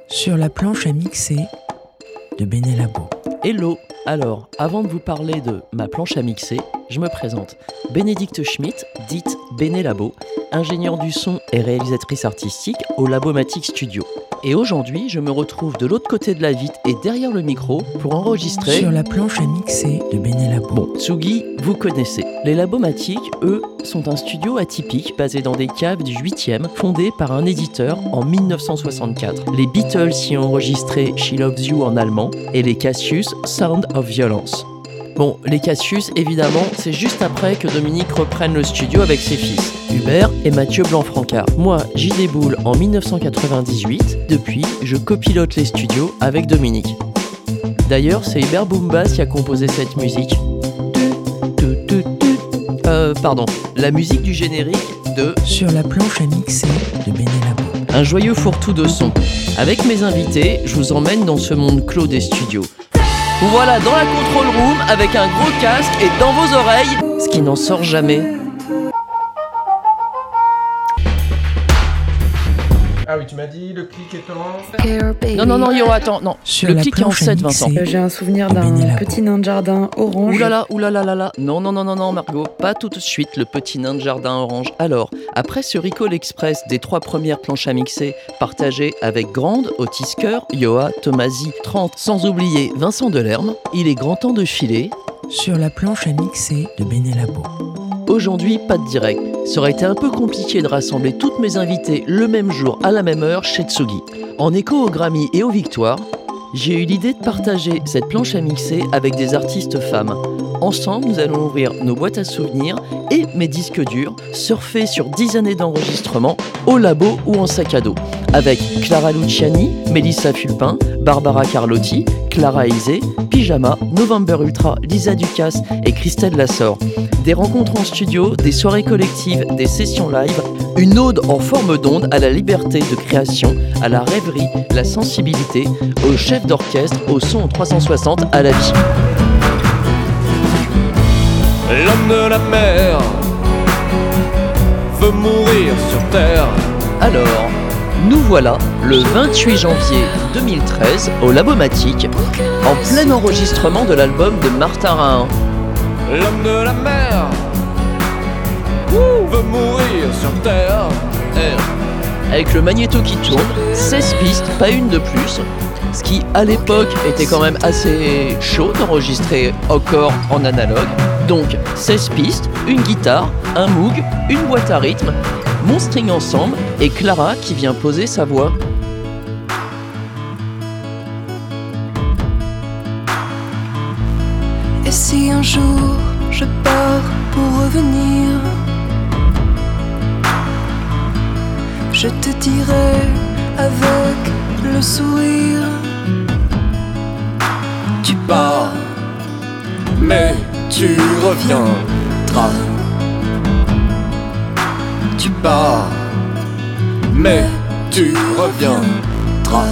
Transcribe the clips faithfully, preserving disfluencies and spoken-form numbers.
Sur la planche à mixer de Bene Labo. Hello. Alors, avant de vous parler de ma planche à mixer, je me présente. Bénédicte Schmitt, dite Bene Labo, ingénieure du son et réalisatrice artistique au Labomatic Studio. Et aujourd'hui, je me retrouve de l'autre côté de la vitre et derrière le micro pour enregistrer... Sur la planche à mixer de Bene Labo. Bon, Tsugi, vous connaissez. Les Labomatic, eux, sont un studio atypique basé dans des caves du huitième, fondé par un éditeur en dix-neuf cent soixante-quatre. Les Beatles y ont enregistré She Loves You en allemand et les Cassius, Sound of Violence. Bon, les Cassius, évidemment, c'est juste après que Dominique reprenne le studio avec ses fils, Hubert et Mathieu Blanc-Francard. Moi, j'y déboule en dix-neuf cent quatre-vingt-dix-huit. Depuis, je copilote les studios avec Dominique. D'ailleurs, c'est Hubert Boombas qui a composé cette musique. Euh, pardon, la musique du générique de... Sur la planche à mixer de Bene Labo. Un joyeux fourre-tout de son. Avec mes invités, je vous emmène dans ce monde clos des studios. Vous voilà dans la control room avec un gros casque et dans vos oreilles, ce qui n'en sort jamais. Ah oui, tu m'as dit le clic est en... Non, non, non, yo, attends, non. Sur le la clic est en planche à sept, mixer. Vincent. Euh, J'ai un souvenir de d'un Bene Labo. petit nain de jardin orange. Oulala, oulala, là, là. Non, non, non, non, non, Margot, pas tout de suite, le petit nain de jardin orange. Alors, après ce Recall Express des trois premières planches à mixer, partagées avec Grande, Otis Kerr, Yoa, Tomasi, trente, sans oublier Vincent Delerme, il est grand temps de filer. Sur la planche à mixer de Bene Labo. Aujourd'hui, pas de direct. Ça aurait été un peu compliqué de rassembler toutes mes invités le même jour, à la même heure, chez Tsugi. En écho aux Grammy et aux Victoires, j'ai eu l'idée de partager cette planche à mixer avec des artistes femmes. Ensemble, nous allons ouvrir nos boîtes à souvenirs et mes disques durs, surfer sur dix années d'enregistrement au labo ou en sac à dos. Avec Clara Luciani, Mélissa Fulpin, Barbara Carlotti, Clara Isé, Pyjama, November Ultra, Lisa Ducasse et Christelle Lassor. Des rencontres en studio, des soirées collectives, des sessions live, une ode en forme d'onde à la liberté de création, à la rêverie, la sensibilité, au chef d'orchestre, au son trois cent soixante, à la vie. L'homme de la mer veut mourir sur terre. Alors, nous voilà le vingt-huit janvier deux mille treize au Labomatic, en plein enregistrement de l'album de Martin Rahin. L'homme de la mer veut mourir sur terre. Eh, Avec le magnéto qui tourne, seize pistes, pas une de plus. Ce qui, à l'époque, était quand même assez chaud d'enregistrer encore en analogue. Donc, seize pistes, une guitare, un Moog, une boîte à rythme, mon string ensemble et Clara qui vient poser sa voix. Et si un jour je pars pour revenir, je te dirai avec le sourire. Tu pars, mais tu reviendras. Tu pars, mais tu reviendras.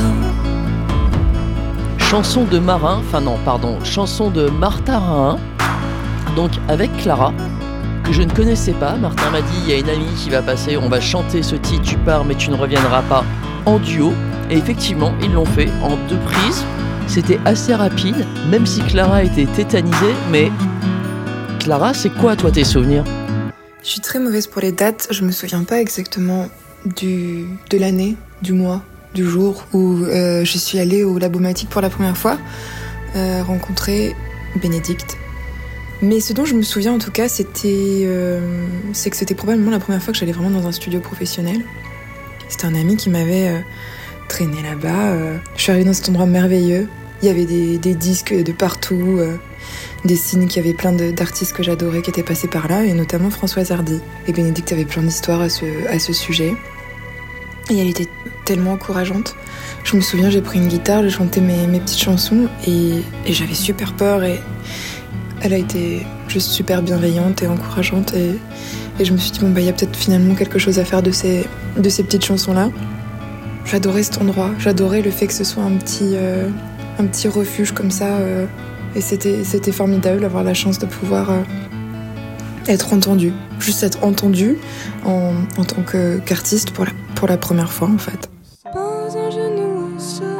Chanson de Marin, enfin non, pardon, chanson de Martin Rahin, donc avec Clara, que je ne connaissais pas. Martin m'a dit, il y a une amie qui va passer, on va chanter ce titre, tu pars mais tu ne reviendras pas, en duo. Et effectivement, ils l'ont fait en deux prises. C'était assez rapide, même si Clara était tétanisée, mais... Clara, c'est quoi toi tes souvenirs ? Je suis très mauvaise pour les dates, je me souviens pas exactement du, de l'année, du mois, du jour où euh, je suis allée au Labomatic pour la première fois, euh, rencontrer Bénédicte. Mais ce dont je me souviens en tout cas, c'était, euh, c'est que c'était probablement la première fois que j'allais vraiment dans un studio professionnel. C'était un ami qui m'avait euh, traîné là-bas. Euh, je suis arrivée dans cet endroit merveilleux. Il y avait des, des disques de partout, euh, des signes, qu'il y avait plein de, d'artistes que j'adorais qui étaient passés par là, et notamment Françoise Hardy. Et Bénédicte avait plein d'histoires à ce, à ce sujet. Et elle était tellement encourageante. Je me souviens, j'ai pris une guitare, j'ai chanté mes, mes petites chansons, et, et j'avais super peur. Et elle a été juste super bienveillante et encourageante. Et, et je me suis dit, bon, bah, il y a peut-être finalement quelque chose à faire de ces, de ces petites chansons-là. J'adorais cet endroit, j'adorais le fait que ce soit un petit, euh, un petit refuge comme ça. Euh, et c'était, c'était formidable d'avoir la chance de pouvoir euh, être entendue. Juste être entendue en, en tant que, qu'artiste pour la, pour la première fois, en fait. Pose un genou au sol.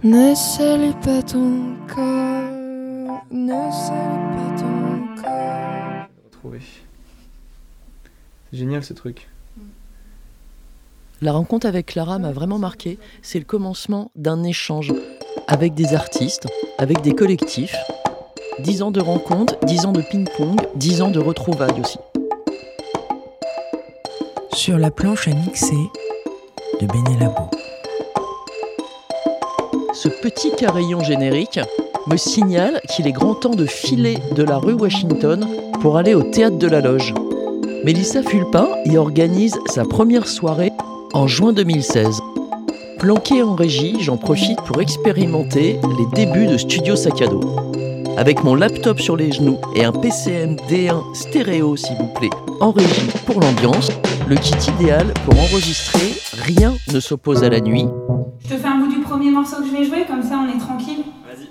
Ne salue pas ton corps, ne salue pas ton corps. Retrouver. C'est génial ce truc. La rencontre avec Clara m'a vraiment marqué. C'est le commencement d'un échange avec des artistes, avec des collectifs. Dix ans de rencontres, dix ans de ping-pong, dix ans de retrouvailles aussi. Sur la planche à mixer de Benelabo. Ce petit carillon générique me signale qu'il est grand temps de filer de la rue Washington pour aller au théâtre de la Loge. Mélissa Fulpin y organise sa première soirée en juin deux mille seize. Planqué en régie, j'en profite pour expérimenter les débuts de Studio Sac à Dos. Avec mon laptop sur les genoux et un P C M D un stéréo s'il vous plaît, en régie pour l'ambiance, le kit idéal pour enregistrer, rien ne s'oppose à la nuit. Je te fais un bout du premier morceau que je vais jouer, comme ça on est tranquille. Vas-y.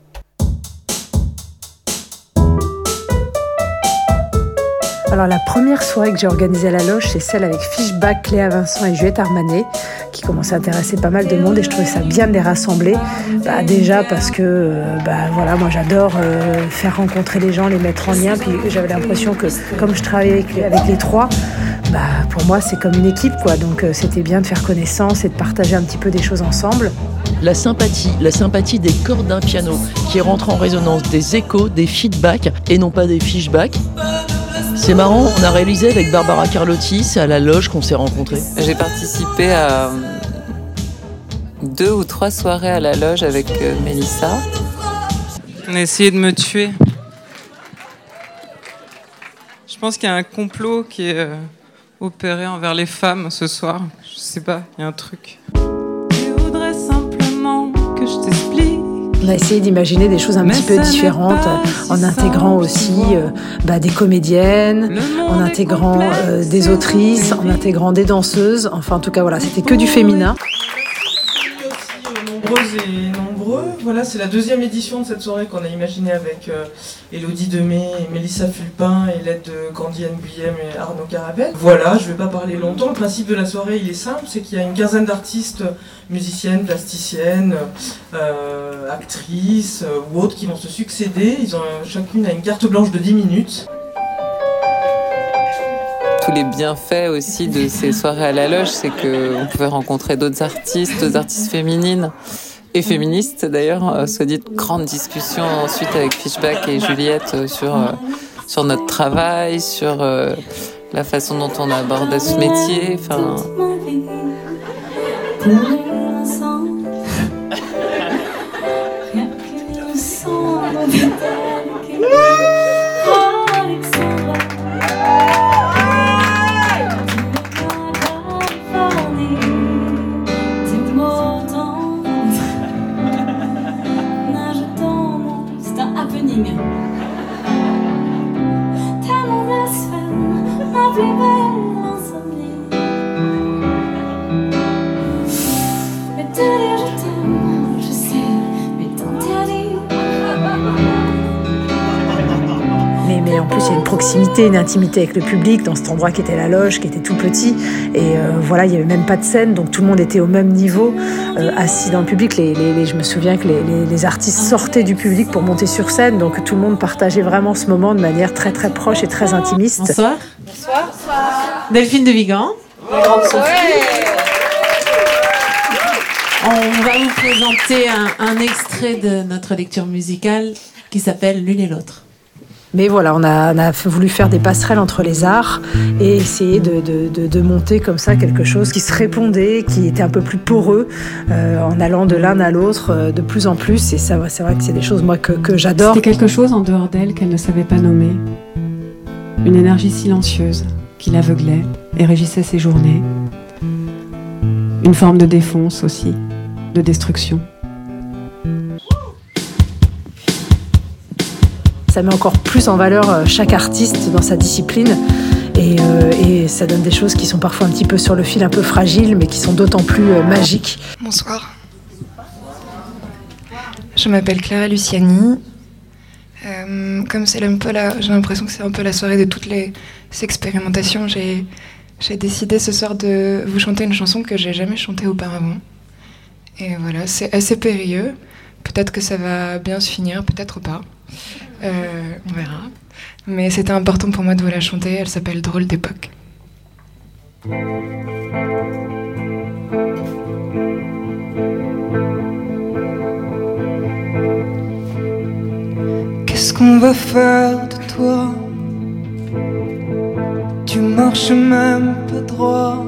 Alors la première soirée que j'ai organisée à la Loge, c'est celle avec Fishback, Cléa Vincent et Juliette Armanet, qui commençait à intéresser pas mal de monde et je trouvais ça bien de les rassembler. Bah, déjà parce que euh, bah, voilà, moi j'adore euh, faire rencontrer les gens, les mettre en lien, puis j'avais l'impression que comme je travaillais avec, avec les trois, bah, pour moi c'est comme une équipe quoi, donc euh, c'était bien de faire connaissance et de partager un petit peu des choses ensemble. La sympathie, la sympathie des cordes d'un piano qui rentre en résonance, des échos, des feedbacks et non pas des fishbacks. C'est marrant, on a réalisé avec Barbara Carlotti, c'est à la Loge qu'on s'est rencontrés. J'ai participé à deux ou trois soirées à la Loge avec euh, Mélissa. On a essayé de me tuer. Je pense qu'il y a un complot qui est euh, opéré envers les femmes ce soir. Je sais pas, il y a un truc. Je voudrais simplement que je t'explique. On a essayé d'imaginer des choses un petit peu différentes en intégrant aussi euh, bah, des comédiennes, en intégrant euh, des autrices, en intégrant des danseuses. Enfin, en tout cas, voilà, c'était que du féminin. Nombreuses et nombreux. Voilà, c'est la deuxième édition de cette soirée qu'on a imaginée avec euh, Élodie Demey, et Mélissa Fulpin et l'aide de Candy Nguyen et Arnaud Carabel. Voilà, je ne vais pas parler longtemps. Le principe de la soirée, il est simple, c'est qu'il y a une quinzaine d'artistes, musiciennes, plasticiennes, euh, actrices euh, ou autres qui vont se succéder. Ils ont chacune a une carte blanche de dix minutes. Tous les bienfaits aussi de ces soirées à la Loge, c'est qu'on pouvait rencontrer d'autres artistes, d'autres artistes féminines et féministes d'ailleurs, soit dit, grande discussion ensuite avec Fishback et Juliette sur, euh, sur notre travail, sur euh, la façon dont on aborde ce métier. Enfin... Mais en plus, il y a une proximité, une intimité avec le public dans cet endroit qui était la Loge, qui était tout petit. Et euh, voilà, il n'y avait même pas de scène, donc tout le monde était au même niveau, euh, assis dans le public. Les, les, les, je me souviens que les, les, les artistes sortaient du public pour monter sur scène, donc tout le monde partageait vraiment ce moment de manière très très proche et très intimiste. Bonsoir. Bonsoir. Bonsoir. Delphine de Vigan. Bonsoir. On va vous présenter un, un extrait de notre lecture musicale qui s'appelle L'une et l'autre. Mais voilà, on a, on a voulu faire des passerelles entre les arts et essayer de, de, de, de monter comme ça quelque chose qui se répondait, qui était un peu plus poreux, euh, en allant de l'un à l'autre euh, de plus en plus. Et ça, c'est vrai que c'est des choses moi que, que j'adore. C'était quelque chose en dehors d'elle qu'elle ne savait pas nommer. Une énergie silencieuse qui l'aveuglait et régissait ses journées. Une forme de défonce aussi, de destruction. Ça met encore plus en valeur chaque artiste dans sa discipline et, euh, et ça donne des choses qui sont parfois un petit peu sur le fil, un peu fragiles, mais qui sont d'autant plus euh, magiques. Bonsoir. Je m'appelle Clara Luciani. Euh, comme c'est un peu la, j'ai l'impression que c'est un peu la soirée de toutes les expérimentations, j'ai, j'ai décidé ce soir de vous chanter une chanson que j'ai jamais chantée auparavant. Et voilà, c'est assez périlleux. Peut-être que ça va bien se finir, peut-être pas. Euh, on verra. Mais c'était important pour moi de vous la chanter. Elle s'appelle Drôle d'époque. Qu'est-ce qu'on va faire de toi? Tu marches même pas droit.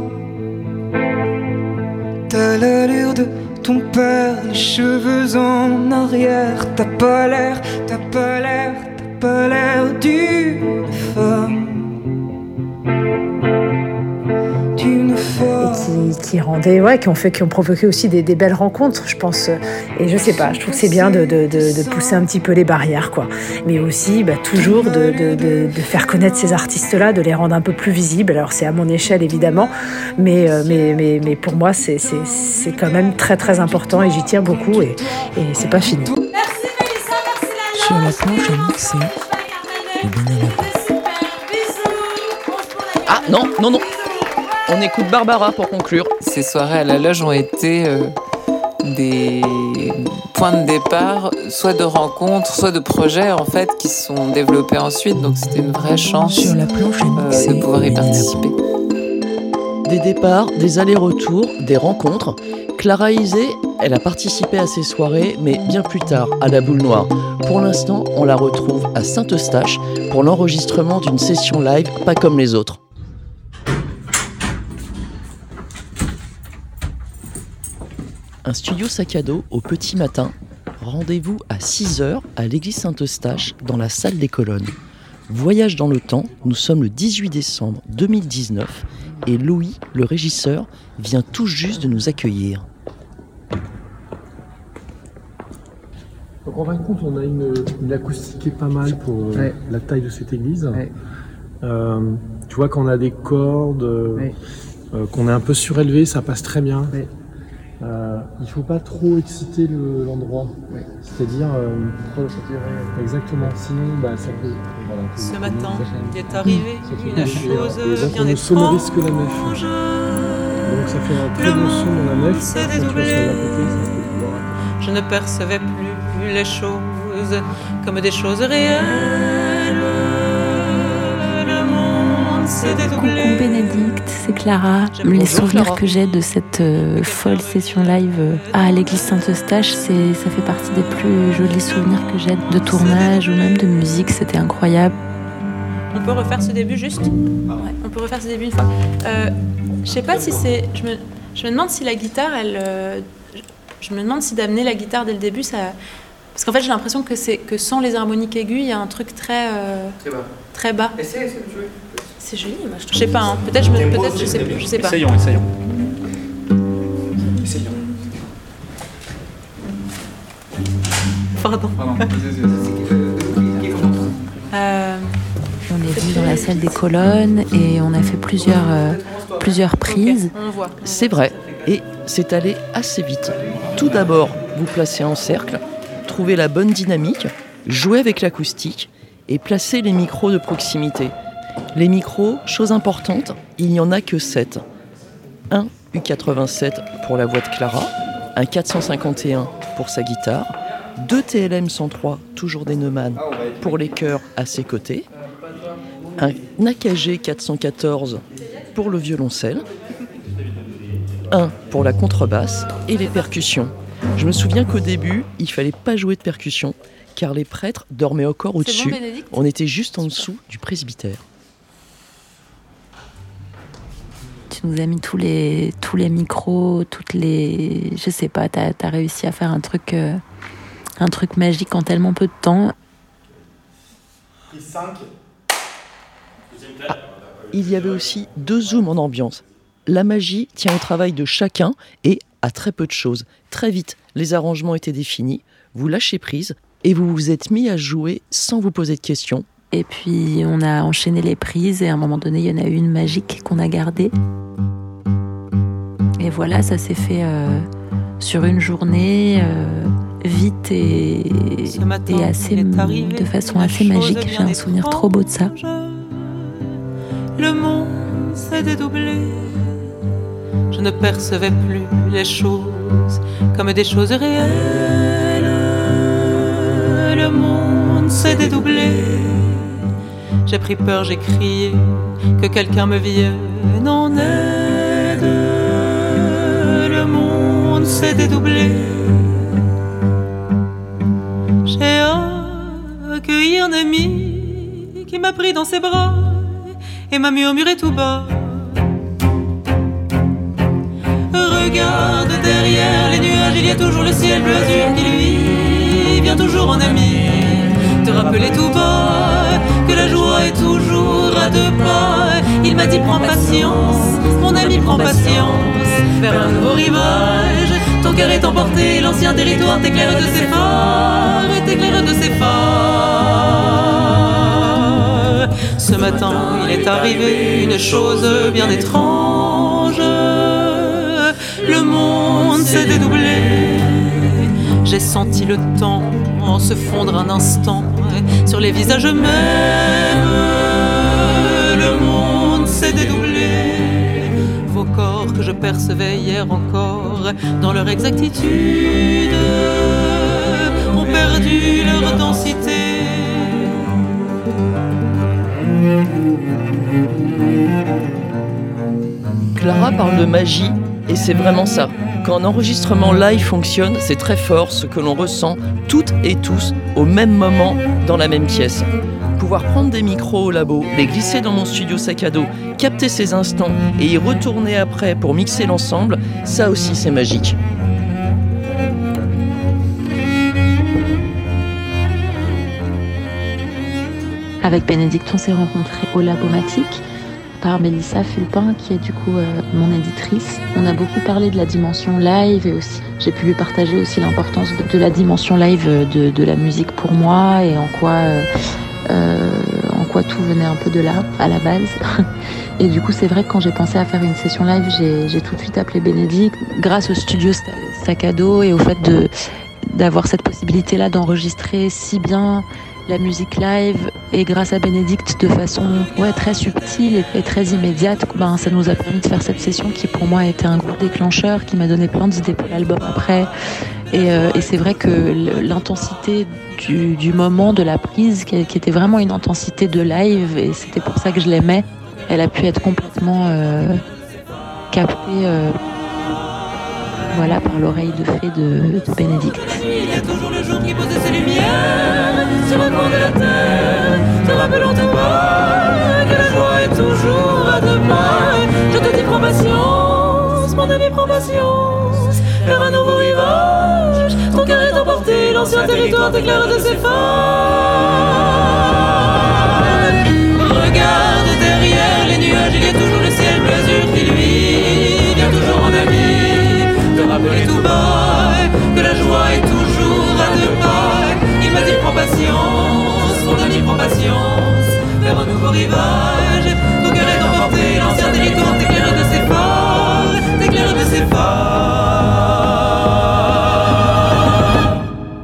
T'as l'allure de ton père, les cheveux en arrière. T'as pas l'air, t'as pas l'air, t'as pas l'air d'une femme. D'une femme. Et qui, qui rendaient, ouais, qui ont fait, qui ont provoqué aussi des, des belles rencontres, je pense. Et je sais pas, je trouve que c'est bien de, de, de, de pousser un petit peu les barrières, quoi. Mais aussi, bah, toujours de, de, de, de faire connaître ces artistes-là, de les rendre un peu plus visibles. Alors c'est à mon échelle évidemment, mais euh, mais, mais mais pour moi c'est c'est c'est quand même très très important et j'y tiens beaucoup et et c'est pas fini. Sur la planche à mixer de Benelabo. Ah non, non, non. On écoute Barbara pour conclure. Ces soirées à la loge ont été euh, des points de départ, soit de rencontres, soit de projets en fait qui se sont développés ensuite. Donc c'était une vraie chance Sur la planche à mixer euh, de pouvoir y participer. Des départs, des allers-retours, des rencontres. Clara Isé, elle a participé à ces soirées, mais bien plus tard, à la Boule Noire. Pour l'instant, on la retrouve à Saint-Eustache pour l'enregistrement d'une session live pas comme les autres. Un studio sac à dos au petit matin. Rendez-vous à six heures à l'église Saint-Eustache dans la salle des colonnes. Voyage dans le temps, nous sommes le dix-huit décembre deux mille dix-neuf et Louis, le régisseur, vient tout juste de nous accueillir. Donc en fin de compte, on a une, une acoustique qui est pas mal pour euh, ouais. la taille de cette église. Ouais. Euh, tu vois, quand on a des cordes, euh, ouais. euh, qu'on est un peu surélevé, ça passe très bien. Ouais. Euh, il ne faut pas trop exciter le, l'endroit, ouais. c'est-à-dire euh, exactement, sinon bah, ça peut... Voilà, ce peut, matin, il est arrivé une chose bien étrange. On sonorise que la nef. Donc ça fait un très bon son dans la nef. S'est dédoublé. Je ne percevais plus les choses comme des choses réelles. Le monde s'est dédoublé. Coucou Bénédicte, c'est Clara. Les souvenirs Clara. que j'ai de cette euh, folle session live euh, à l'église Saint-Eustache, c'est, ça fait partie des plus jolis souvenirs que j'ai de tournage ou même de musique. C'était incroyable. On peut refaire ce début juste ouais, on peut refaire ce début une fois. Euh, je sais pas si c'est... Je me, je me demande si la guitare, elle... Euh, je me demande si d'amener la guitare dès le début, ça... Parce qu'en fait, j'ai l'impression que, c'est, que sans les harmoniques aiguës, il y a un truc très... Euh, très bas. Très bas. Essaye, essaye de jouer. C'est joli, moi je trouve. Je sais pas, hein. peut-être, je, me, peut-être je, sais, je sais pas. Essayons, essayons. Essayons. Pardon. Pardon. euh, on est venu dans la salle des colonnes et on a fait plusieurs, euh, plusieurs prises. Okay, on voit. C'est vrai, et c'est allé assez vite. Tout d'abord, vous placez en cercle, trouvez la bonne dynamique, jouez avec l'acoustique et placez les micros de proximité. Les micros, chose importante, il n'y en a que sept. Un U quatre-vingt-sept pour la voix de Clara, un quatre cent cinquante et un pour sa guitare, deux T L M cent trois, toujours des Neumann, pour les chœurs à ses côtés, un A K G quatre cent quatorze pour le violoncelle, un pour la contrebasse et les percussions. Je me souviens qu'au début, il ne fallait pas jouer de percussions, car les prêtres dormaient encore au-dessus. Bon, on était juste en dessous du presbytère. Tu nous as mis tous les, tous les micros, toutes les... Je sais pas, t'as, t'as réussi à faire un truc, euh, un truc magique en tellement peu de temps. Ah, il y avait aussi deux zooms en ambiance. La magie tient au travail de chacun et à très peu de choses. Très vite, les arrangements étaient définis, vous lâchez prise et vous vous êtes mis à jouer sans vous poser de questions. Et puis on a enchaîné les prises et à un moment donné, il y en a eu une magique qu'on a gardée. Et voilà, ça s'est fait euh, sur une journée, euh, vite et, et assez, de façon assez magique. J'ai un souvenir trop beau de ça. Le monde s'est dédoublé. Je ne percevais plus les choses choses comme des choses réelles. Le monde s'est dédoublé. J'ai pris peur, j'ai crié que quelqu'un me vienne en aide. Le monde s'est dédoublé. J'ai accueilli un ami qui m'a pris dans ses bras et m'a murmuré tout bas. Regarde derrière les nuages, il y a toujours le ciel bleu azur qui lui vient toujours en ami. Te rappeler tout bas que la joie est toujours à deux pas. Il m'a dit prends patience, mon ami prends patience, vers un nouveau rivage. Ton cœur est emporté, l'ancien territoire t'éclaire de ses phares, et t'éclaire de ses phares. Ce matin il est arrivé une chose bien étrange. Le monde s'est dédoublé. J'ai senti le temps se fondre un instant sur les visages mêmes. Le monde s'est dédoublé. Vos corps que je percevais hier encore dans leur exactitude ont perdu leur densité. Clara parle de magie, et c'est vraiment ça. Quand un enregistrement live fonctionne, c'est très fort ce que l'on ressent toutes et tous au même moment dans la même pièce. Pouvoir prendre des micros au labo, les glisser dans mon studio sac à dos, capter ces instants et y retourner après pour mixer l'ensemble, ça aussi c'est magique. Avec Bénédicte, on s'est rencontrés au Labomatique par Mélissa Fulpin, qui est du coup euh, mon éditrice. On a beaucoup parlé de la dimension live et aussi j'ai pu lui partager aussi l'importance de, de la dimension live de, de la musique pour moi et en quoi, euh, euh, en quoi tout venait un peu de là à la base. Et du coup, c'est vrai que quand j'ai pensé à faire une session live, j'ai, j'ai tout de suite appelé Bénédicte. Grâce au studio sac à dos et au fait de, d'avoir cette possibilité-là d'enregistrer si bien la musique live, et grâce à Bénédicte de façon ouais, très subtile et très immédiate, ben, ça nous a permis de faire cette session qui pour moi a été un gros déclencheur, qui m'a donné plein d'idées pour l'album après. Et, euh, et c'est vrai que l'intensité du, du moment, de la prise, qui, qui était vraiment une intensité de live, et c'était pour ça que je l'aimais, elle a pu être complètement euh, captée euh, voilà, par l'oreille de fée de, de Bénédicte. Il y a toujours le jour qui pose ses lumières sur le coin de la terre, te rappelant tout bas que la joie est toujours à deux pas. Je te dis prends patience, mon ami prends patience, vers un nouveau rivage. Ton cœur est emporté, l'ancien territoire t'éclaire de ses phares. Regarde derrière les nuages, il y a toujours le ciel bleu azur qui lui vient toujours en ami. Te rappeler tout bas que la joie est toujours à deux pas. Il m'a dit prends patience, mon ami prends patience, vers un nouveau rivage. Ton cœur est emporté, l'ancien territoire t'éclaire de ses phares, t'éclaire de ses phares.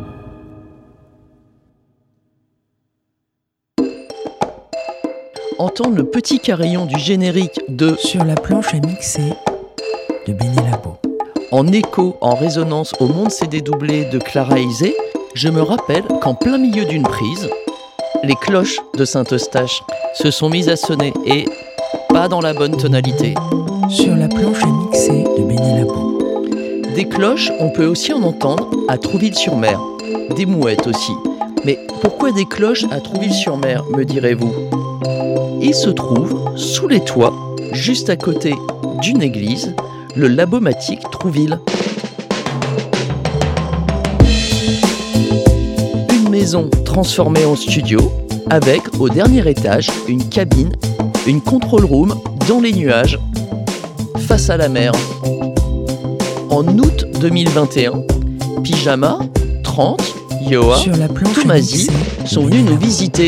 Entendre le petit carillon du générique de Sur la planche à mixer de Béné Labo. En écho, en résonance au monde s'est dédoublé de Clara Isé, je me rappelle qu'en plein milieu d'une prise, les cloches de Saint-Eustache se sont mises à sonner et pas dans la bonne tonalité. Sur la planche à mixer de Béné Labo. Des cloches, on peut aussi en entendre à Trouville-sur-Mer. Des mouettes aussi. Mais pourquoi des cloches à Trouville-sur-Mer, me direz-vous ? Il se trouve sous les toits, juste à côté d'une église, le Labomatique Trouville. Une maison transformée en studio, avec au dernier étage une cabine, une control room dans les nuages, face à la mer. En août deux mille vingt et un, Pyjama, trente, Yoa, Tomazi sont venus nous visiter.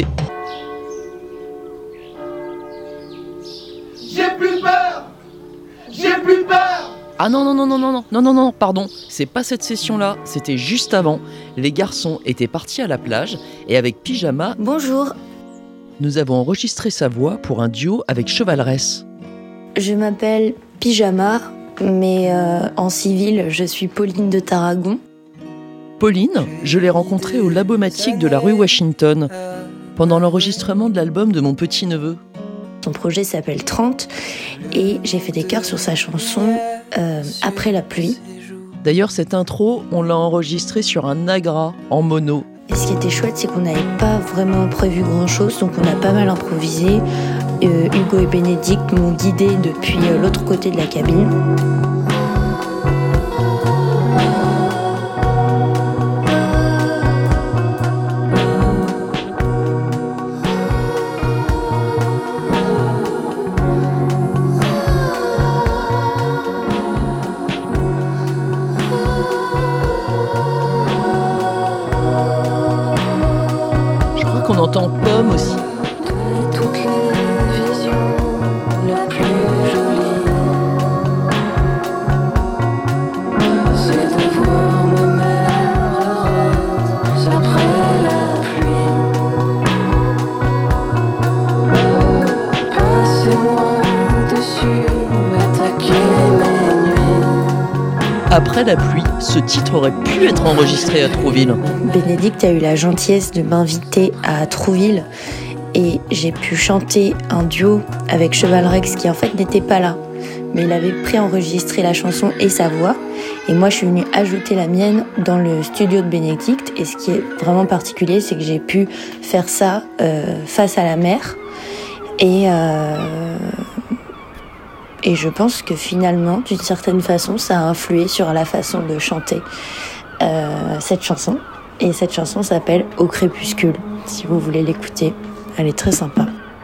Ah non, non, non, non, non, non, non, non, non, pardon, c'est pas cette session-là, c'était juste avant. Les garçons étaient partis à la plage et avec Pyjama... Bonjour. Nous avons enregistré sa voix pour un duo avec Chevaleresse. Je m'appelle Pyjama mais euh, en civil, je suis Pauline de Tarragon. Pauline, je l'ai rencontrée au Labomatique de la rue Washington, pendant l'enregistrement de l'album de mon petit-neveu. Son projet s'appelle trente et j'ai fait des chœurs sur sa chanson euh, Après la pluie. D'ailleurs, cette intro, on l'a enregistrée sur un Nagra en mono. Et ce qui était chouette, c'est qu'on n'avait pas vraiment prévu grand-chose, donc on a pas mal improvisé. Euh, Hugo et Bénédicte m'ont guidé depuis euh, l'autre côté de la cabine. On entend Pomme aussi. Toutes les visions les plus jolies, c'est de voir ma mère heureuse après la pluie. Passez-moi dessus, attaquez mes nuits. Après la pluie, ce titre aurait pu être enregistré à Trouville. Bénédicte a eu la gentillesse de m'inviter à Trouville et j'ai pu chanter un duo avec Cheval Rex qui en fait n'était pas là. Mais il avait préenregistré la chanson et sa voix. Et moi je suis venue ajouter la mienne dans le studio de Bénédicte. Et ce qui est vraiment particulier, c'est que j'ai pu faire ça euh, face à la mer. Et... Euh Et je pense que finalement, d'une certaine façon, ça a influé sur la façon de chanter euh, cette chanson. Et cette chanson s'appelle Au crépuscule. Si vous voulez l'écouter, elle est très sympa.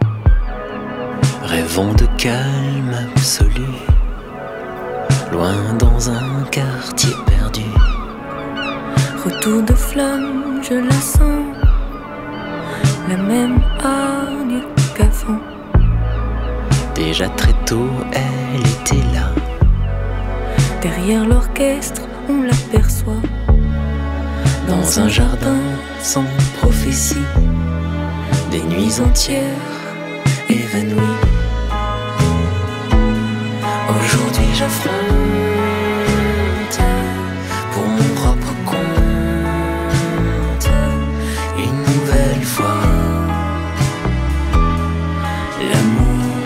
Rêvons de calme absolu, loin dans un quartier perdu. Retour de flamme, je la sens, la même hargne qu'avant. Déjà très tôt, elle était là. Derrière l'orchestre, on l'aperçoit. Dans, Dans un jardin sans prophétie, des nuits entières évanouies. Aujourd'hui j'affronte pour mon propre compte une nouvelle fois l'amour.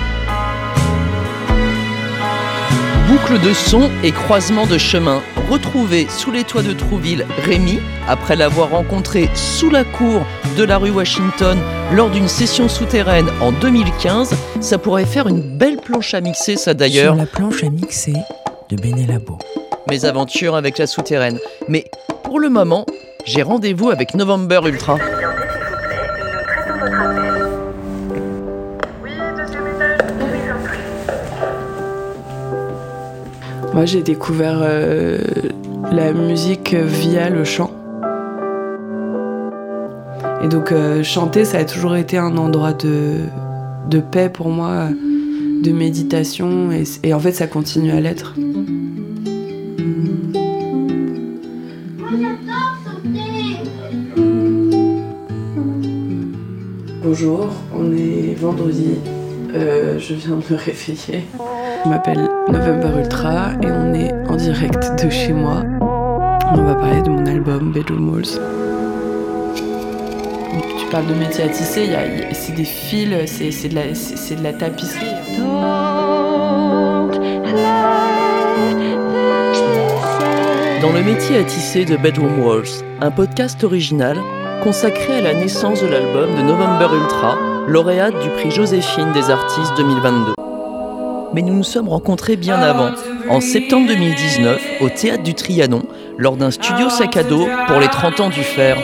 Boucle de son et croisement de chemin. Retrouver sous les toits de Trouville Rémi, après l'avoir rencontré sous la cour de la rue Washington lors d'une session souterraine en deux mille quinze, ça pourrait faire une belle planche à mixer, ça d'ailleurs. Sur la planche à mixer de Béné Labo. Mes aventures avec la souterraine. Mais pour le moment, j'ai rendez-vous avec November Ultra. Moi, j'ai découvert euh, la musique via le chant. Et donc, euh, chanter, ça a toujours été un endroit de, de paix pour moi, de méditation. Et, et en fait, ça continue à l'être. Bonjour, on est vendredi. Euh, je viens de me réveiller. Je m'appelle November Ultra et on est en direct de chez moi. On va parler de mon album Bedroom Walls. Tu parles de métier à tisser, y a, c'est des fils, c'est, c'est, de la, c'est, c'est de la tapisserie. Dans le métier à tisser de Bedroom Walls, un podcast original consacré à la naissance de l'album de November Ultra, lauréate du prix Joséphine des artistes deux mille vingt-deux. Mais nous nous sommes rencontrés bien avant, en septembre deux mille dix-neuf, au Théâtre du Trianon, lors d'un studio sac à dos pour les trente ans du Fer.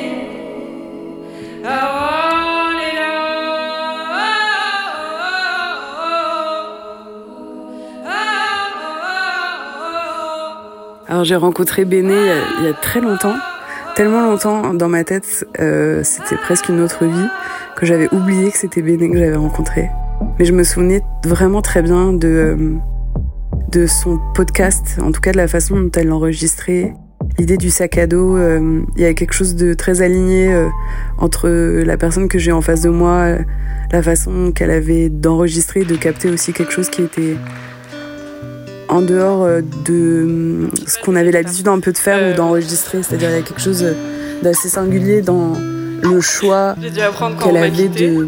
Alors j'ai rencontré Béné il y a, il y a très longtemps, tellement longtemps dans ma tête, euh, c'était presque une autre vie, que j'avais oublié que c'était Béné que j'avais rencontré. Mais je me souvenais vraiment très bien de, euh, de son podcast, en tout cas de la façon dont elle l'enregistrait. L'idée du sac à dos, euh, il y avait quelque chose de très aligné euh, entre la personne que j'ai en face de moi, euh, la façon qu'elle avait d'enregistrer, de capter aussi quelque chose qui était en dehors de ce qu'on avait l'habitude un peu de faire ou d'enregistrer. C'est-à-dire il y a quelque chose d'assez singulier dans le choix qu'elle avait de...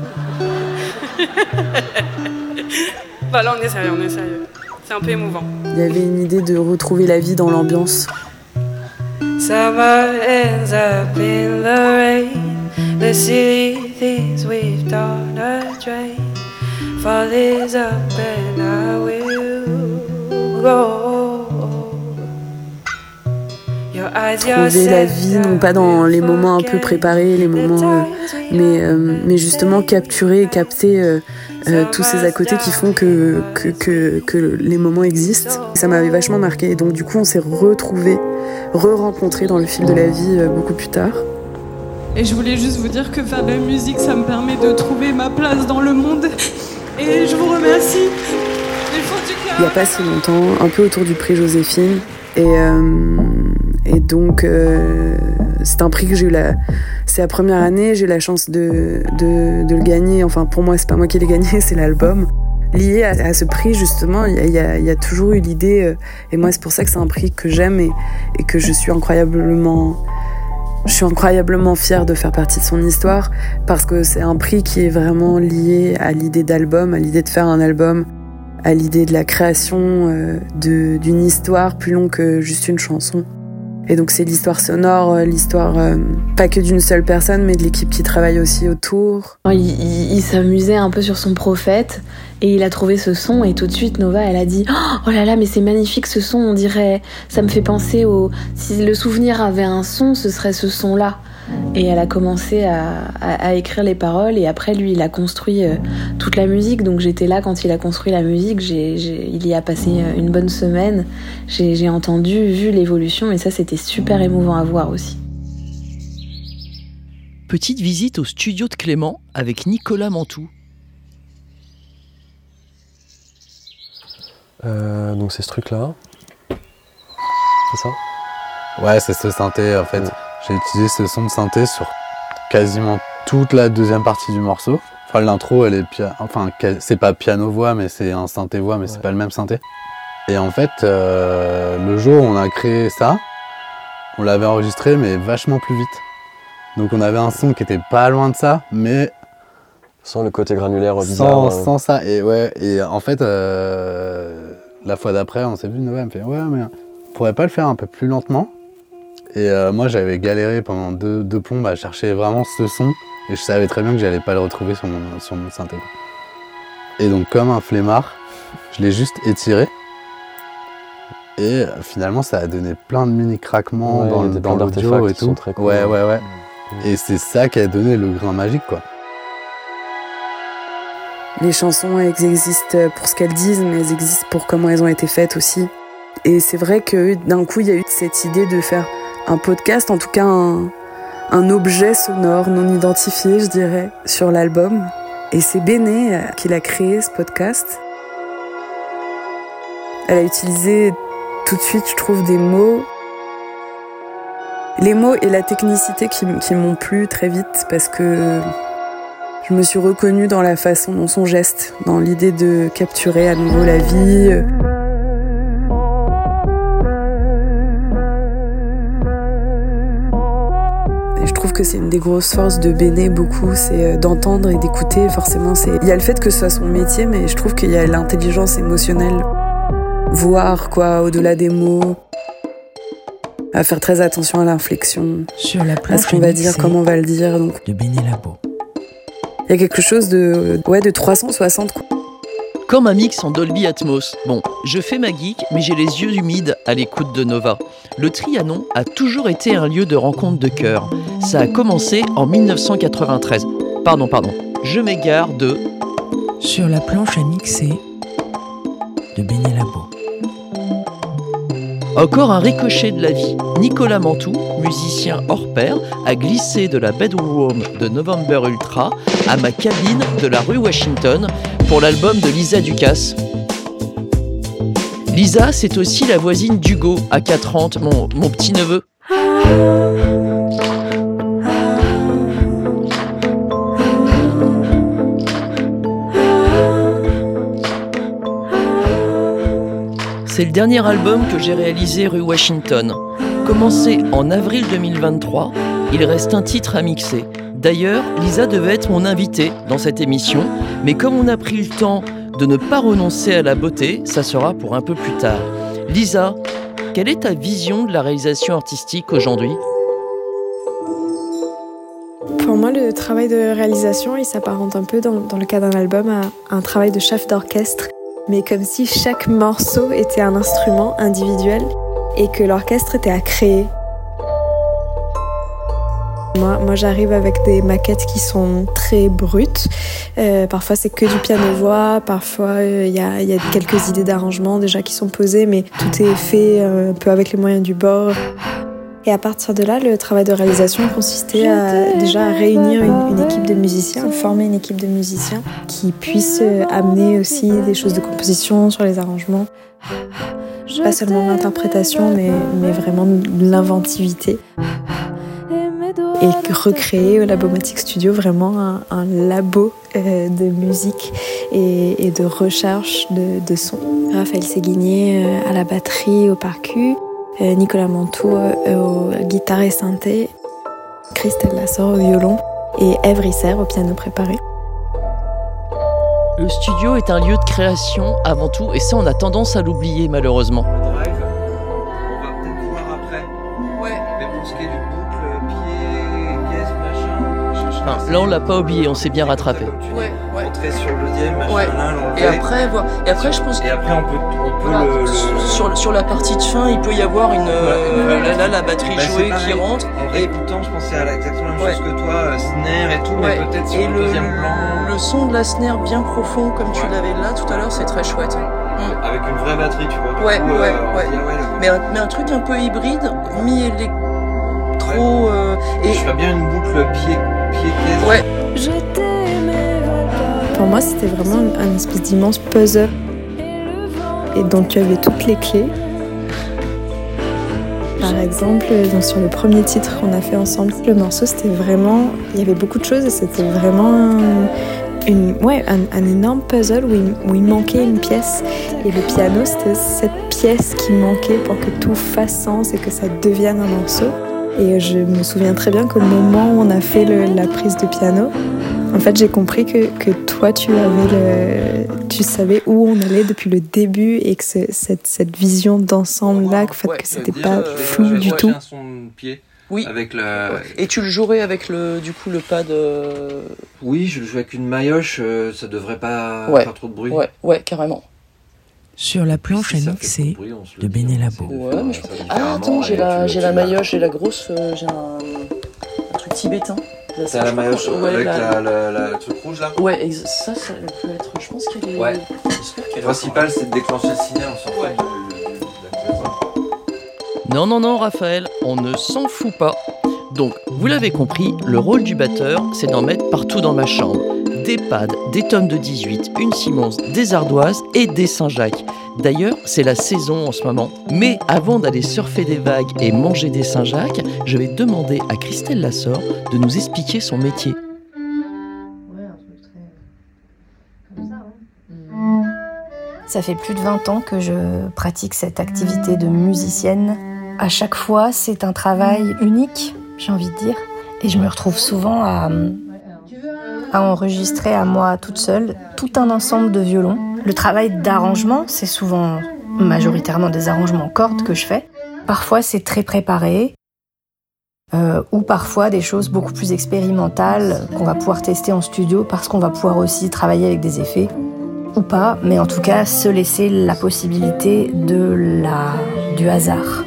Bah là on est sérieux, on est sérieux. C'est un peu émouvant. Il y avait une idée de retrouver la vie dans l'ambiance. Summer ends up in the rain. The silly things we've done a drain. Fall is up and I will go. Trouver la vie, non pas dans les moments un peu préparés, les moments, euh, mais, euh, mais justement capturer et capter euh, euh, tous ces à côté qui font que, que, que, que les moments existent. Ça m'avait vachement marqué. Et donc du coup, on s'est retrouvés, re-rencontrés dans le fil de la vie euh, beaucoup plus tard. Et je voulais juste vous dire que faire de la musique, ça me permet de trouver ma place dans le monde. Et je vous remercie. Il n'y a pas si longtemps, un peu autour du prix Joséphine. Et, euh, et donc, euh, c'est un prix que j'ai eu la... C'est la première année, j'ai eu la chance de, de, de le gagner. Enfin, pour moi, c'est pas moi qui l'ai gagné, c'est l'album. Lié à, à ce prix, justement, il y, y, a, y a toujours eu l'idée... Euh, et moi, c'est pour ça que c'est un prix que j'aime et, et que je suis incroyablement... Je suis incroyablement fière de faire partie de son histoire parce que c'est un prix qui est vraiment lié à l'idée d'album, à l'idée de faire un album, à l'idée de la création euh, de, d'une histoire plus longue que juste une chanson. Et donc c'est l'histoire sonore, l'histoire euh, pas que d'une seule personne, mais de l'équipe qui travaille aussi autour. Il, il, il s'amusait un peu sur son prophète et il a trouvé ce son et tout de suite Nova elle a dit « Oh là là mais c'est magnifique ce son, on dirait, ça me fait penser au... Si le souvenir avait un son, ce serait ce son-là ». Et elle a commencé à, à, à écrire les paroles et après lui il a construit euh, toute la musique, donc j'étais là quand il a construit la musique, j'ai, j'ai, il y a passé une bonne semaine, j'ai, j'ai entendu, vu l'évolution et ça c'était super émouvant à voir aussi. Petite visite au studio de Clément avec Nicolas Mantoux. Euh, donc c'est ce truc là, c'est ça? Ouais, c'est ce synthé en fait. Ouais. J'ai utilisé ce son de synthé sur quasiment toute la deuxième partie du morceau. Enfin, l'intro, elle est pia... enfin, c'est pas piano-voix, mais c'est un synthé-voix, mais ouais. C'est pas le même synthé. Et en fait, euh, le jour où on a créé ça, on l'avait enregistré, mais vachement plus vite. Donc on avait un son qui était pas loin de ça, mais sans le côté granulaire bizarre. Sans, euh... sans ça. Et ouais. Et en fait, euh, la fois d'après, on s'est vu, Nova me fait ouais, mais on pourrait pas le faire un peu plus lentement. Et euh, moi j'avais galéré pendant deux, deux plombes à chercher vraiment ce son et je savais très bien que j'allais pas le retrouver sur mon, sur mon synthé. Et donc comme un flemmard, je l'ai juste étiré et finalement ça a donné plein de mini craquements ouais, dans, dans l'audio et tout. Cool, ouais, ouais, ouais. Mmh. Et c'est ça qui a donné le grain magique quoi. Les chansons elles existent pour ce qu'elles disent mais elles existent pour comment elles ont été faites aussi. Et c'est vrai que d'un coup il y a eu cette idée de faire un podcast, en tout cas un, un objet sonore non identifié, je dirais, sur l'album. Et c'est Béné qui l'a créé, ce podcast. Elle a utilisé tout de suite, je trouve, des mots. Les mots et la technicité qui, qui m'ont plu très vite parce que je me suis reconnue dans la façon, dans son geste, dans l'idée de capturer à nouveau la vie. Je trouve que c'est une des grosses forces de Béné, beaucoup, c'est d'entendre et d'écouter. Forcément, c'est... il y a le fait que ce soit son métier, mais je trouve qu'il y a l'intelligence émotionnelle. Voir, quoi, au-delà des mots. À faire très attention à l'inflexion. Sur la à ce qu'on va dire, comment on va le dire. Donc. De Béné Labo. Il y a quelque chose de, ouais, de trois cent soixante, quoi. Comme un mix en Dolby Atmos. Bon, je fais ma geek, mais j'ai les yeux humides à l'écoute de Nova. Le Trianon a toujours été un lieu de rencontre de cœur. Ça a commencé en dix-neuf cent quatre-vingt-treize. Pardon, pardon. Je m'égare de... Sur la planche à mixer de Béné Labo. Encore un ricochet de la vie. Nicolas Mantoux, musicien hors pair, a glissé de la bedroom de November Ultra à ma cabine de la rue Washington pour l'album de Lisa Ducasse. Lisa, c'est aussi la voisine d'Hugo, à quatre ans, mon, mon petit-neveu. c'est le dernier album que j'ai réalisé rue Washington. Commencé en avril deux mille vingt-trois, il reste un titre à mixer. D'ailleurs, Lisa devait être mon invitée dans cette émission, mais comme on a pris le temps de ne pas renoncer à la beauté, ça sera pour un peu plus tard. Lisa, quelle est ta vision de la réalisation artistique aujourd'hui ? Pour moi, le travail de réalisation, il s'apparente un peu, dans, dans le cas d'un album, à un travail de chef d'orchestre, mais comme si chaque morceau était un instrument individuel et que l'orchestre était à créer. Moi, moi j'arrive avec des maquettes qui sont très brutes. Euh, parfois, c'est que du piano-voix. Parfois, il euh, y, a, y a quelques idées d'arrangement déjà qui sont posées, mais tout est fait euh, un peu avec les moyens du bord. Et à partir de là, le travail de réalisation consistait à déjà à réunir une, une équipe de musiciens, à former une équipe de musiciens qui puisse amener aussi des choses de composition sur les arrangements. Pas seulement l'interprétation, mais, mais vraiment l'inventivité. Et recréer au Labomatic Studio vraiment un, un labo euh, de musique et, et de recherche de, de son. Raphaël Séguinier euh, à la batterie, au percu. Nicolas Manteau euh, aux guitares et synthé, Christelle Lassor au violon et Ève Risser au piano préparé. Le studio est un lieu de création avant tout, et ça on a tendance à l'oublier malheureusement. Le drive, on va peut-être voir après. Ouais. Mais pour ce qui est du boucle, pied, caisse, machin. Enfin, là on l'a pas oublié, on s'est bien rattrapé. Ouais, ouais. Rentrer sur le deuxième, machin, ouais. là, l'enlever. Et après, voilà. Et après je pense. Et après on peut, on peut voilà. le, le... Sur, sur la partie de fin, il peut y avoir une euh, là, là la batterie bah, jouée qui rentre. En réécoutant, je pensais à la, exactement la même ouais. chose que toi, euh, snare et tout, ouais. mais peut-être sur et le, le deuxième plan. Le son de la snare bien profond, comme ouais. tu l'avais là tout à l'heure, c'est très chouette. Mm. Avec une vraie batterie, tu vois. Du ouais, coup, ouais, euh, ouais. Dit, ah ouais mais, un, mais un truc un peu hybride, mi-électro. Ouais. Euh, et je fais bien une boucle pied, pied caisse. Ouais. Pour moi, c'était vraiment un, un espèce d'immense puzzle. Et donc tu avais toutes les clés. Par exemple, donc sur le premier titre qu'on a fait ensemble, le morceau, c'était vraiment... Il y avait beaucoup de choses et c'était vraiment un, une, ouais, un, un énorme puzzle où il, où il manquait une pièce. Et le piano, c'était cette pièce qui manquait pour que tout fasse sens et que ça devienne un morceau. Et je me souviens très bien qu'au moment où on a fait le, la prise de piano, en fait, j'ai compris que, que toi, tu avais le, tu savais où on allait depuis le début et que c'est, cette, cette vision d'ensemble-là, en fait, ouais, que c'était pas euh, flou du tout. Un son de pied oui. Avec la... Ouais. Et tu le jouerais avec le, du coup, le pad. Euh... Oui, je le joue avec une maillotche. Euh, ça devrait pas ouais. faire trop de bruit. Ouais, ouais, carrément. Sur la planche si à mixer de, de Béné Labo. Ouais, mais je... Ah attends, j'ai la, j'ai la maillotche, j'ai la grosse, euh, j'ai un, un truc tibétain. T'as la maillotche ouais, avec la, la, la, le truc rouge là. Ouais, ex- ça, ça peut être. Je pense qu'elle est. Ouais. Le principal, c'est de déclencher le signal, on s'en fout. Non, non, non, Raphaël, on ne s'en fout pas. Donc, vous l'avez compris, le rôle du batteur, c'est d'en mettre partout dans ma chambre. Des pads, des tomes de dix-huit, une Simmons, des ardoises et des Saint-Jacques. D'ailleurs, c'est la saison en ce moment. Mais avant d'aller surfer des vagues et manger des Saint-Jacques, je vais demander à Christelle Lassor de nous expliquer son métier. Ça fait plus de vingt ans que je pratique cette activité de musicienne. À chaque fois, c'est un travail unique, j'ai envie de dire. Et je me retrouve souvent à, à enregistrer à moi toute seule tout un ensemble de violons. Le travail d'arrangement, c'est souvent majoritairement des arrangements cordes que je fais. Parfois, c'est très préparé. Euh, ou parfois des choses beaucoup plus expérimentales qu'on va pouvoir tester en studio parce qu'on va pouvoir aussi travailler avec des effets. Ou pas, mais en tout cas, se laisser la possibilité de la, du hasard.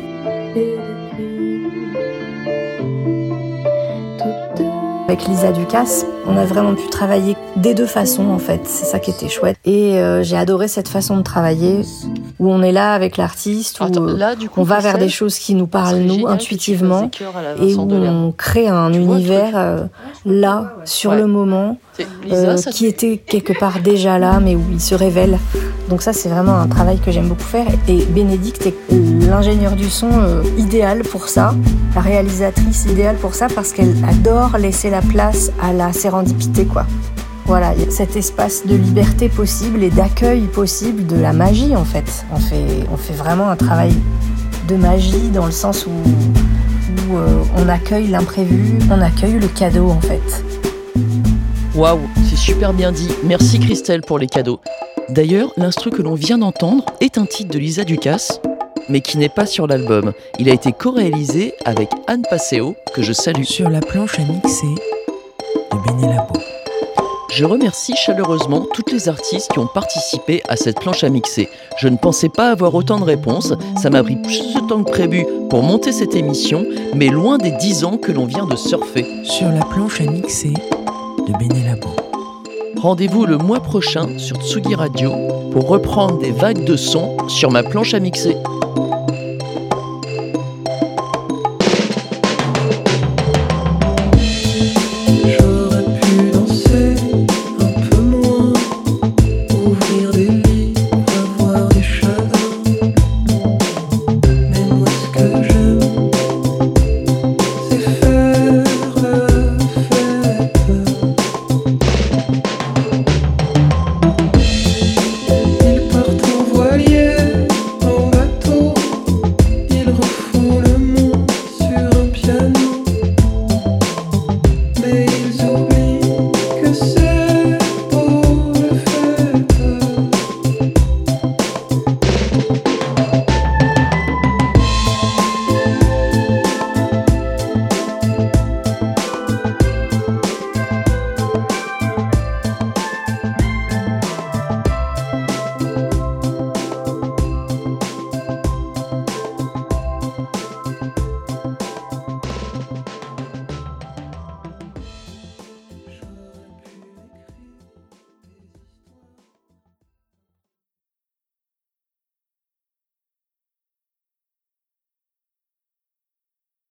Avec Lisa Ducasse, on a vraiment pu travailler des deux façons en fait, c'est ça qui était chouette. Et euh, j'ai adoré cette façon de travailler où on est là avec l'artiste, où Attends, là, du coup, on va vers des choses qui nous parlent nous génial, intuitivement et où on crée un tu univers vois, euh, là, sur ouais. le moment, Lisa, euh, qui était quelque part déjà là mais où il se révèle. Donc ça c'est vraiment un travail que j'aime beaucoup faire et Bénédicte est l'ingénieure du son euh, idéale pour ça, la réalisatrice idéale pour ça parce qu'elle adore laisser la place à la sérendipité quoi. Voilà, il y a cet espace de liberté possible et d'accueil possible de la magie en fait. On fait, on fait vraiment un travail de magie dans le sens où, où euh, on accueille l'imprévu, on accueille le cadeau en fait. Waouh, c'est super bien dit. Merci Christelle pour les cadeaux. D'ailleurs, l'instru que l'on vient d'entendre est un titre de Lisa Ducasse, mais qui n'est pas sur l'album. Il a été co-réalisé avec Anne Passeo, que je salue. Sur la planche à mixer de Béné Labo. Je remercie chaleureusement toutes les artistes qui ont participé à cette planche à mixer. Je ne pensais pas avoir autant de réponses, ça m'a pris plus de temps que prévu pour monter cette émission, mais loin des dix ans que l'on vient de surfer. Sur la planche à mixer de Béné Labo. Rendez-vous le mois prochain sur Tsugi Radio pour reprendre des vagues de sons sur ma planche à mixer.